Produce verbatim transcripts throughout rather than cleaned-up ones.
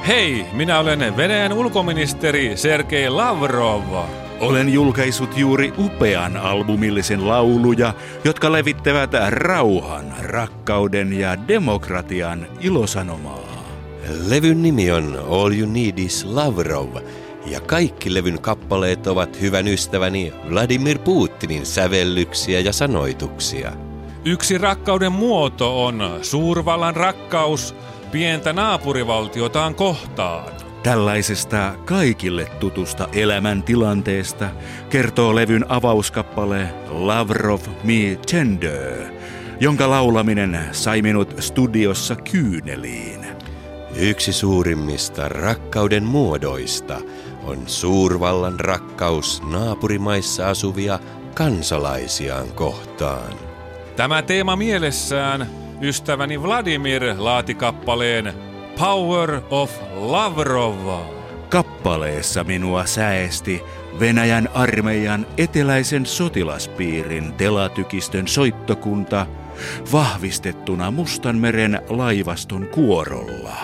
Hei, minä olen Venäjän ulkoministeri Sergei Lavrov. Olen julkaissut juuri upean albumillisen lauluja, jotka levittävät rauhan, rakkauden ja demokratian ilosanomaa. Levyn nimi on All You Need Is Lavrov, ja kaikki levyn kappaleet ovat hyvän ystäväni Vladimir Putinin sävellyksiä ja sanoituksia. Yksi rakkauden muoto on suurvallan rakkaus pientä naapurivaltiotaan kohtaan. Tällaisesta kaikille tutusta elämäntilanteesta kertoo levyn avauskappale Lavrov Me Tender, jonka laulaminen sai minut studiossa kyyneliin. Yksi suurimmista rakkauden muodoista on suurvallan rakkaus naapurimaissa asuvia kansalaisiaan kohtaan. Tämä teema mielessään ystäväni Vladimir laati kappaleen Power of Lavrov. Kappaleessa minua säesti Venäjän armeijan eteläisen sotilaspiirin telatykistön soittokunta vahvistettuna Mustanmeren laivaston kuorolla.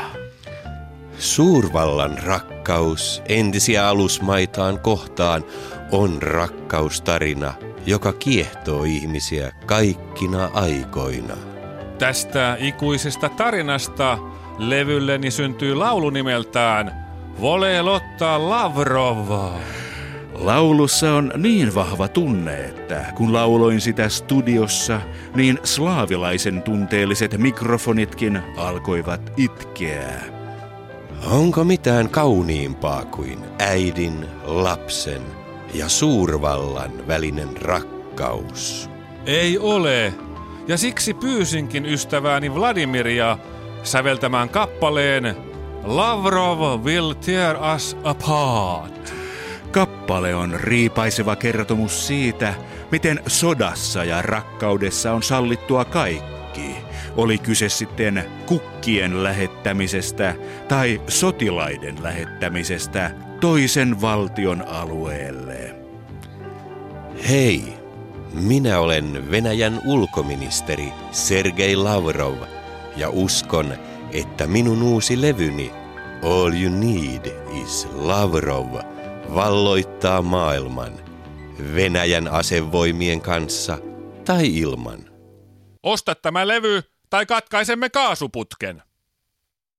Suurvallan rakkaus entisiä alusmaitaan kohtaan on rakkaustarina, joka kiehtoo ihmisiä kaikkina aikoina. Tästä ikuisesta tarinasta levylleni syntyy laulu nimeltään Vole Lotta Lavrov. Laulussa on niin vahva tunne, että kun lauloin sitä studiossa, niin slaavilaisen tunteelliset mikrofonitkin alkoivat itkeä. Onko mitään kauniimpaa kuin äidin, lapsen ja suurvallan välinen rakkaus? Ei ole, ja siksi pyysinkin ystävääni Vladimiria säveltämään kappaleen Lavrov Will Tear Us Apart. Kappale on riipaiseva kertomus siitä, miten sodassa ja rakkaudessa on sallittua kaikki. Oli kyse sitten kukkien lähettämisestä tai sotilaiden lähettämisestä toisen valtion alueelle. Hei, minä olen Venäjän ulkoministeri Sergei Lavrov ja uskon, että minun uusi levyni All You Need Is Lavrov valloittaa maailman Venäjän asevoimien kanssa tai ilman. Osta tämä levy tai katkaisemme kaasuputken.